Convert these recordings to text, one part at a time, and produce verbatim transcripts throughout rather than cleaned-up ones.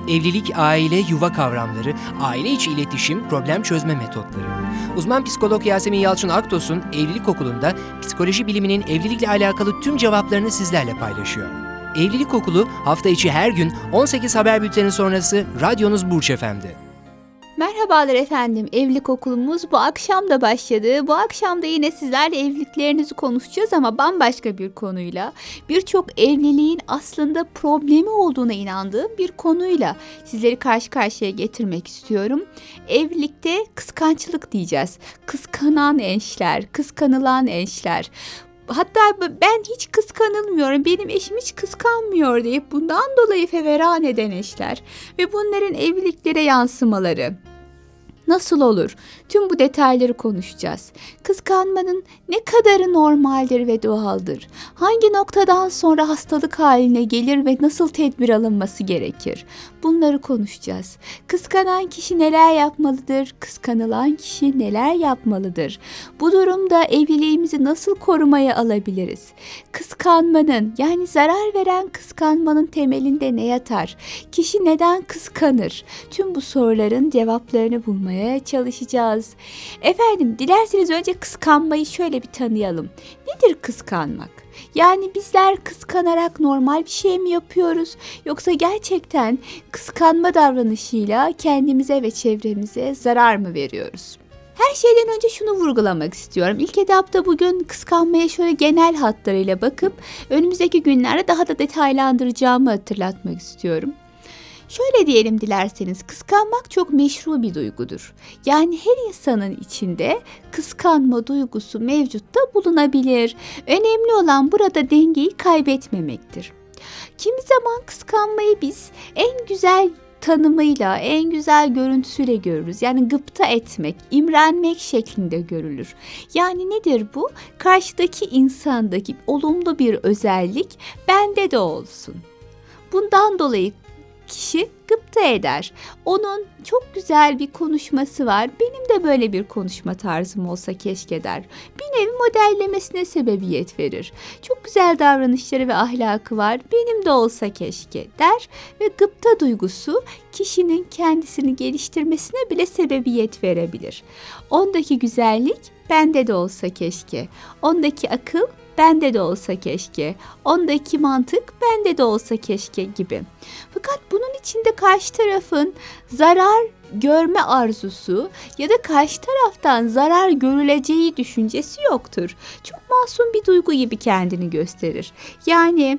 Evlilik, aile, yuva kavramları, aile içi iletişim, problem çözme metotları. Uzman psikolog Yasemin Yalçın Aktos'un Evlilik Okulu'nda psikoloji biliminin evlilikle alakalı tüm cevaplarını sizlerle paylaşıyor. Evlilik Okulu hafta içi her gün on sekiz haber bülteni sonrası radyonuz Burç Efendi. Merhabalar efendim. Evlilik okulumuz bu akşam da başladı. Bu akşam da yine sizlerle evliliklerinizi konuşacağız ama bambaşka bir konuyla. Birçok evliliğin aslında problemi olduğuna inandığım bir konuyla sizleri karşı karşıya getirmek istiyorum. Evlilikte kıskançlık diyeceğiz. Kıskanan eşler, kıskanılan eşler. Hatta ben hiç kıskanılmıyorum, benim eşim hiç kıskanmıyor deyip bundan dolayı feveran eden eşler ve bunların evliliklere yansımaları nasıl olur? Tüm bu detayları konuşacağız. Kıskanmanın ne kadarı normaldir ve doğaldır? Hangi noktadan sonra hastalık haline gelir ve nasıl tedbir alınması gerekir? Bunları konuşacağız. Kıskanan kişi neler yapmalıdır? Kıskanılan kişi neler yapmalıdır? Bu durumda evliliğimizi nasıl korumaya alabiliriz? Kıskanmanın, yani zarar veren kıskanmanın temelinde ne yatar? Kişi neden kıskanır? Tüm bu soruların cevaplarını bulmaya çalışacağız. Efendim, dilerseniz önce kıskanmayı şöyle bir tanıyalım. Nedir kıskanmak? Yani bizler kıskanarak normal bir şey mi yapıyoruz? Yoksa gerçekten kıskanma davranışıyla kendimize ve çevremize zarar mı veriyoruz? Her şeyden önce şunu vurgulamak istiyorum. İlk etapta bugün kıskanmaya şöyle genel hatlarıyla bakıp önümüzdeki günlerde daha da detaylandıracağımı hatırlatmak istiyorum. Şöyle diyelim dilerseniz, kıskanmak çok meşru bir duygudur. Yani her insanın içinde kıskanma duygusu mevcutta bulunabilir. Önemli olan burada dengeyi kaybetmemektir. Kimi zaman kıskanmayı biz en güzel tanımıyla, en güzel görüntüsüyle görürüz. Yani gıpta etmek, imrenmek şeklinde görülür. Yani nedir bu? Karşıdaki insandaki olumlu bir özellik bende de olsun. Bundan dolayı kişi gıpta eder. Onun çok güzel bir konuşması var, benim de böyle bir konuşma tarzım olsa keşke der. Bir nevi modellemesine sebebiyet verir. Çok güzel davranışları ve ahlakı var, benim de olsa keşke der ve gıpta duygusu kişinin kendisini geliştirmesine bile sebebiyet verebilir. Ondaki güzellik bende de olsa keşke, ondaki akıl bende de olsa keşke, ondaki mantık bende de olsa keşke gibi. Fakat bunun içinde karşı tarafın zarar görme arzusu ya da karşı taraftan zarar görüleceği düşüncesi yoktur. Çok masum bir duygu gibi kendini gösterir. Yani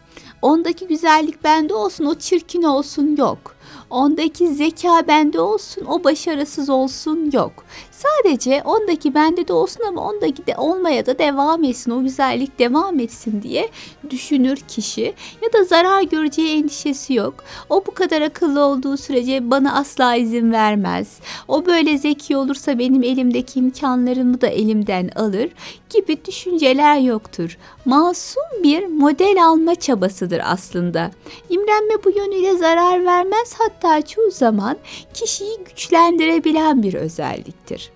ondaki güzellik bende olsun, o çirkin olsun yok. Ondaki zeka bende olsun, o başarısız olsun yok. Sadece ondaki bende de olsun ama ondaki de olmaya da devam etsin, o güzellik devam etsin diye düşünür kişi. Ya da zarar göreceği endişesi yok. O bu kadar akıllı olduğu sürece bana asla izin vermez. O böyle zeki olursa benim elimdeki imkanlarımı da elimden alır gibi düşünceler yoktur. Masum bir model alma çabasıdır aslında. İmrenme bu yönüyle zarar vermez, hatta çoğu zaman kişiyi güçlendirebilen bir özelliktir.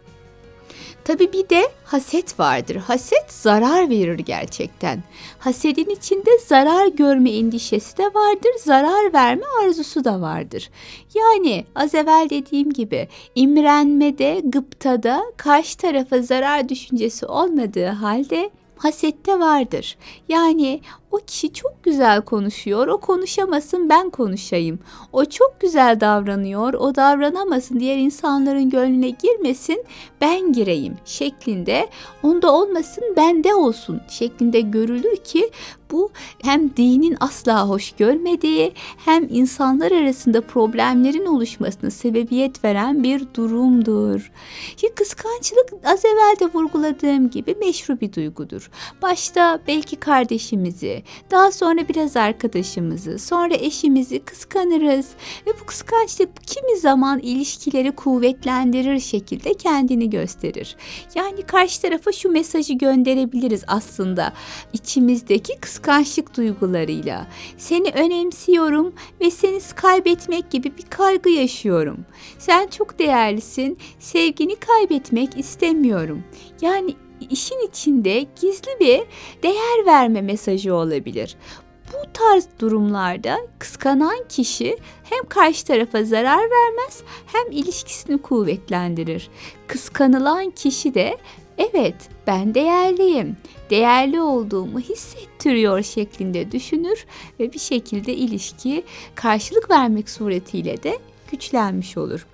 Tabii bir de haset vardır. Haset zarar verir gerçekten. Hasedin içinde zarar görme endişesi de vardır, zarar verme arzusu da vardır. Yani az evvel dediğim gibi imrenmede, gıptada karşı tarafa zarar düşüncesi olmadığı halde hasette vardır. Yani o kişi çok güzel konuşuyor, o konuşamasın ben konuşayım. O çok güzel davranıyor, o davranamasın, diğer insanların gönlüne girmesin ben gireyim şeklinde, onda olmasın bende olsun şeklinde görülür ki bu hem dinin asla hoş görmediği hem insanlar arasında problemlerin oluşmasına sebebiyet veren bir durumdur. Şimdi kıskançlık az evvel de vurguladığım gibi meşru bir duygudur. Başta belki kardeşimizi, daha sonra biraz arkadaşımızı, sonra eşimizi kıskanırız ve bu kıskançlık kimi zaman ilişkileri kuvvetlendirir şekilde kendini gösterir. Yani karşı tarafa şu mesajı gönderebiliriz aslında içimizdeki kıskançlık duygularıyla. Seni önemsiyorum ve seni kaybetmek gibi bir kaygı yaşıyorum. Sen çok değerlisin, sevgini kaybetmek istemiyorum. Yani işin içinde gizli bir değer verme mesajı olabilir. Bu tarz durumlarda kıskanan kişi hem karşı tarafa zarar vermez hem ilişkisini kuvvetlendirir. Kıskanılan kişi de evet ben değerliyim, değerli olduğumu hissettiriyor şeklinde düşünür ve bir şekilde ilişki karşılık vermek suretiyle de güçlenmiş olur.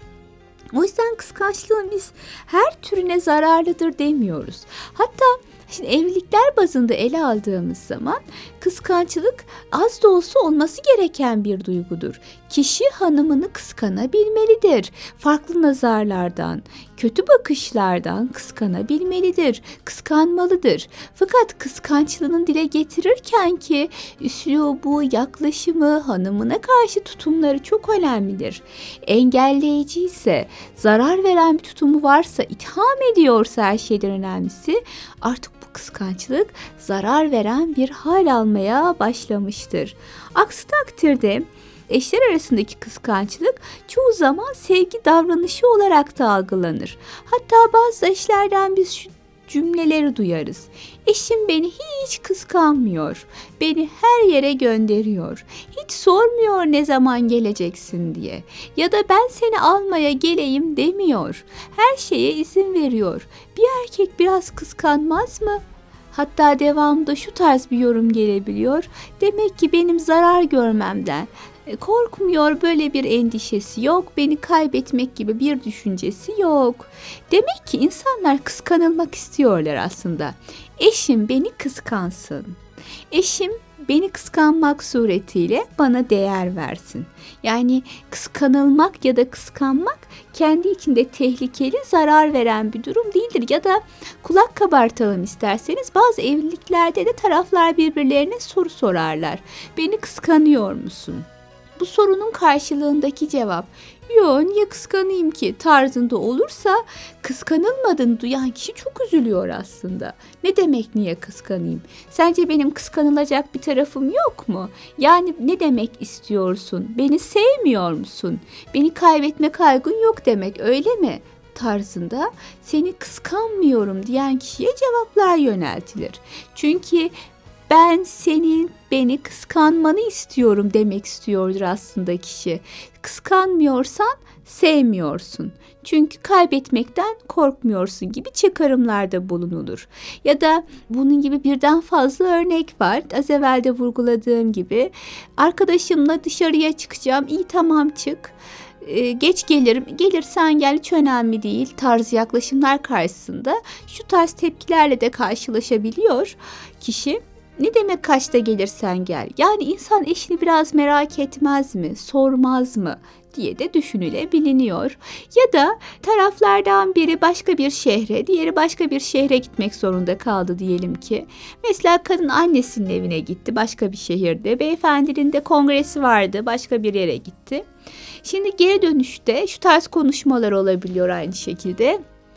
O yüzden kıskançlığın biz her türüne zararlıdır demiyoruz. Hatta şimdi evlilikler bazında ele aldığımız zaman kıskançlık az da olsa olması gereken bir duygudur. Kişi hanımını kıskanabilmelidir. Farklı nazarlardan, kötü bakışlardan kıskanabilmelidir, kıskanmalıdır. Fakat kıskançlığını dile getirirken ki üslubu, yaklaşımı, hanımına karşı tutumları çok önemlidir. Engelleyici ise, zarar veren bir tutumu varsa, itham ediyorsa her şeyden önemlisi artık bu kıskançlık zarar veren bir hal almaya başlamıştır. Aksi takdirde eşler arasındaki kıskançlık çoğu zaman sevgi davranışı olarak da algılanır. Hatta bazı eşlerden biz şu cümleleri duyarız. Eşim beni hiç kıskanmıyor, beni her yere gönderiyor, hiç sormuyor ne zaman geleceksin diye. Ya da ben seni almaya geleyim demiyor, her şeye izin veriyor. Bir erkek biraz kıskanmaz mı? Hatta devamında şu tarz bir yorum gelebiliyor. Demek ki benim zarar görmemden korkmuyor, böyle bir endişesi yok, beni kaybetmek gibi bir düşüncesi yok. Demek ki insanlar kıskanılmak istiyorlar aslında. Eşim beni kıskansın. Eşim beni kıskanmak suretiyle bana değer versin. Yani kıskanılmak ya da kıskanmak kendi içinde tehlikeli, zarar veren bir durum değildir. Ya da kulak kabartalım isterseniz, bazı evliliklerde de taraflar birbirlerine soru sorarlar. Beni kıskanıyor musun? Bu sorunun karşılığındaki cevap, yo niye kıskanayım ki tarzında olursa kıskanılmadığını duyan kişi çok üzülüyor aslında. Ne demek niye kıskanayım? Sence benim kıskanılacak bir tarafım yok mu? Yani ne demek istiyorsun? Beni sevmiyor musun? Beni kaybetme kaygın yok demek, öyle mi? Tarzında seni kıskanmıyorum diyen kişiye cevaplar yöneltilir. Çünkü ben senin beni kıskanmanı istiyorum demek istiyordur aslında kişi. Kıskanmıyorsan sevmiyorsun. Çünkü kaybetmekten korkmuyorsun gibi çıkarımlarda bulunulur. Ya da bunun gibi birden fazla örnek var. Az evvel de vurguladığım gibi, arkadaşımla dışarıya çıkacağım. İyi tamam çık. Ee, geç gelirim, gelirsen gel hiç önemli değil tarzı yaklaşımlar karşısında şu tarz tepkilerle de karşılaşabiliyor kişi. Ne demek kaçta gelirsen gel? Yani insan eşini biraz merak etmez mi, sormaz mı diye de düşünülebiliniyor. Ya da taraflardan biri başka bir şehre, diğeri başka bir şehre gitmek zorunda kaldı diyelim ki. Mesela kadın annesinin evine gitti başka bir şehirde, beyefendinin de kongresi vardı başka bir yere gitti. Şimdi geri dönüşte şu tarz konuşmalar olabiliyor aynı şekilde.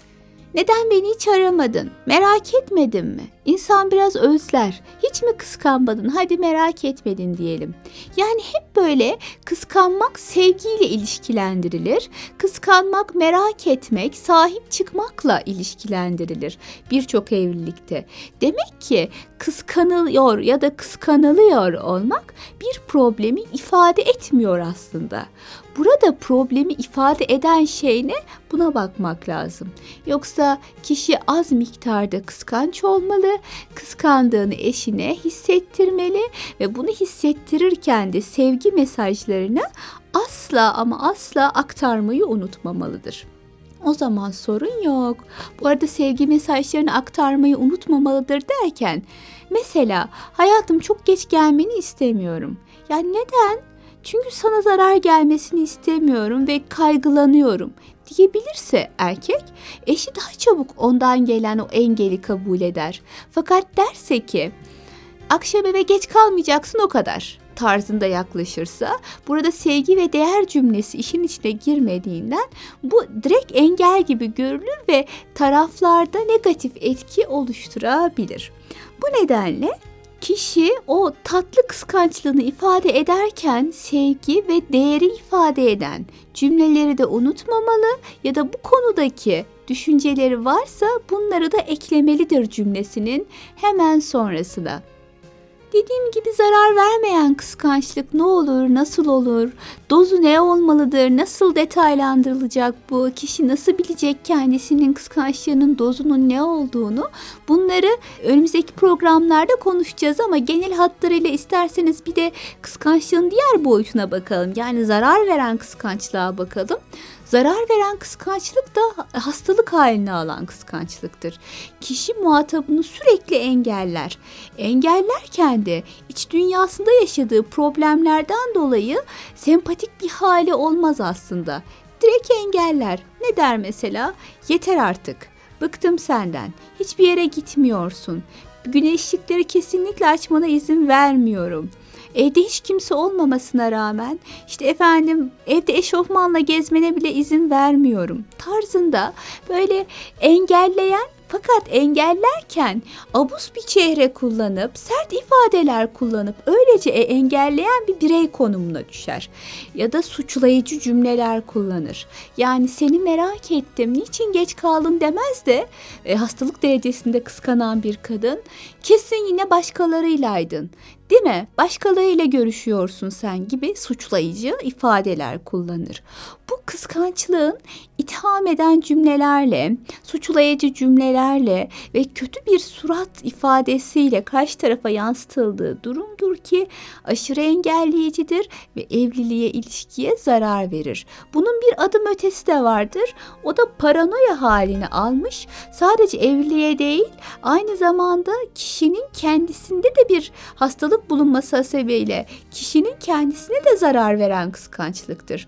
Neden beni hiç aramadın? Merak etmedin mi? İnsan biraz özler. Hiç mi kıskanmadın? Hadi merak etmedin diyelim. Yani hep böyle kıskanmak sevgiyle ilişkilendirilir. Kıskanmak merak etmek, sahip çıkmakla ilişkilendirilir birçok evlilikte. Demek ki kıskanılıyor ya da kıskanılıyor olmak bir problemi ifade etmiyor aslında. Burada problemi ifade eden şey ne? Buna bakmak lazım. Yoksa kişi az miktarda kıskanç olmalı, kıskandığını eşine hissettirmeli ve bunu hissettirirken de sevgi mesajlarını asla ama asla aktarmayı unutmamalıdır. O zaman sorun yok. Bu arada sevgi mesajlarını aktarmayı unutmamalıdır derken, mesela hayatım çok geç gelmeni istemiyorum. Yani neden? Çünkü sana zarar gelmesini istemiyorum ve kaygılanıyorum diyebilirse erkek, eşi daha çabuk ondan gelen o engeli kabul eder. Fakat derse ki akşam eve geç kalmayacaksın o kadar tarzında yaklaşırsa, burada sevgi ve değer cümlesi işin içine girmediğinden bu direkt engel gibi görülür ve taraflarda negatif etki oluşturabilir. Bu nedenle kişi o tatlı kıskançlığını ifade ederken sevgi ve değeri ifade eden cümleleri de unutmamalı ya da bu konudaki düşünceleri varsa bunları da eklemelidir cümlesinin hemen sonrasına. Dediğim gibi zarar vermeyen kıskançlık ne olur, nasıl olur, dozu ne olmalıdır, nasıl detaylandırılacak bu, kişi nasıl bilecek kendisinin kıskançlığının dozunun ne olduğunu, bunları önümüzdeki programlarda konuşacağız ama genel hatlarıyla isterseniz bir de kıskançlığın diğer boyutuna bakalım. Yani zarar veren kıskançlığa bakalım. Zarar veren kıskançlık da hastalık haline alan kıskançlıktır. Kişi muhatabını sürekli engeller. Engellerken de iç dünyasında yaşadığı problemlerden dolayı sempatik bir hali olmaz aslında. Direkt engeller. Ne der mesela? Yeter artık. Bıktım senden. Hiçbir yere gitmiyorsun. Güneşlikleri kesinlikle açmana izin vermiyorum. Evde hiç kimse olmamasına rağmen işte efendim evde eşofmanla gezmene bile izin vermiyorum tarzında böyle engelleyen fakat engellerken abuz bir çehre kullanıp sert ifadeler kullanıp öylece engelleyen bir birey konumuna düşer. Ya da suçlayıcı cümleler kullanır. Yani seni merak ettim, niçin geç kaldın demez de e, hastalık derecesinde kıskanan bir kadın kesin yine başkalarıylaydın. Değil mi? Başkalarıyla görüşüyorsun sen gibi suçlayıcı ifadeler kullanır. Bu kıskançlığın itham eden cümlelerle, suçlayıcı cümlelerle ve kötü bir surat ifadesiyle karşı tarafa yansıtıldığı durumdur ki aşırı engelleyicidir ve evliliğe, ilişkiye zarar verir. Bunun bir adım ötesi de vardır. O da paranoya halini almış. Sadece evliliğe değil, aynı zamanda kişinin kendisinde de bir hastalık bulunması hasebiyle kişinin kendisine de zarar veren kıskançlıktır.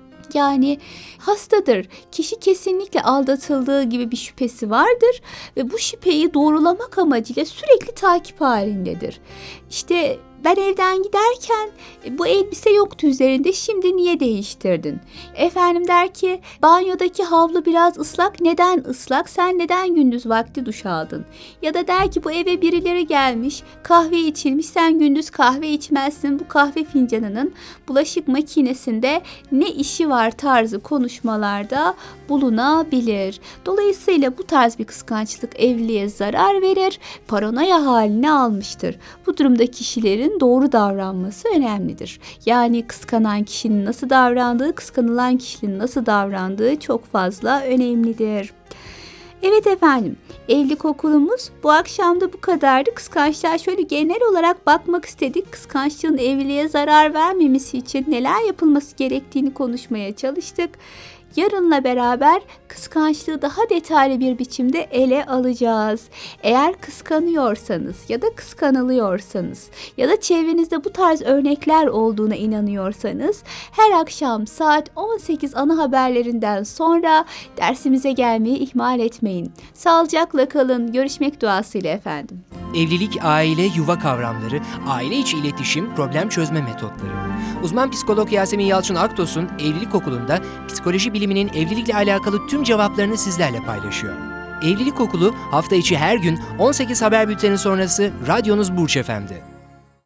Yani hastadır. Kişi kesinlikle aldatıldığı gibi bir şüphesi vardır ve bu şüpheyi doğrulamak amacıyla sürekli takip halindedir. İşte ben evden giderken bu elbise yoktu üzerinde, şimdi niye değiştirdin? Efendim der ki banyodaki havlu biraz ıslak, neden ıslak, sen neden gündüz vakti duş aldın? Ya da der ki bu eve birileri gelmiş, kahve içilmiş, sen gündüz kahve içmezsin, bu kahve fincanının bulaşık makinesinde ne işi var tarzı konuşmalarda bulunabilir. Dolayısıyla bu tarz bir kıskançlık evliliğe zarar verir, paranoya haline almıştır. Bu durumda kişilerin doğru davranması önemlidir. Yani kıskanan kişinin nasıl davrandığı, kıskanılan kişinin nasıl davrandığı çok fazla önemlidir. Evet efendim, evlilik okulumuz bu akşam da bu kadardı. Kıskançlığa şöyle genel olarak bakmak istedik. Kıskançlığın evliliğe zarar vermemesi için neler yapılması gerektiğini konuşmaya çalıştık. Yarınla beraber kıskançlığı daha detaylı bir biçimde ele alacağız. Eğer kıskanıyorsanız ya da kıskanılıyorsanız ya da çevrenizde bu tarz örnekler olduğuna inanıyorsanız her akşam saat on sekiz ana haberlerinden sonra dersimize gelmeyi ihmal etmeyin. Sağlıcakla kalın. Görüşmek duasıyla efendim. Evlilik, aile, yuva kavramları, aile içi iletişim, problem çözme metotları. Uzman psikolog Yasemin Yalçın Aktos'un Evlilik Okulu'nda psikoloji biliminin evlilikle alakalı tüm cevaplarını sizlerle paylaşıyor. Evlilik Okulu hafta içi her gün on sekiz haber bülteni sonrası radyonuz Burç F M'de.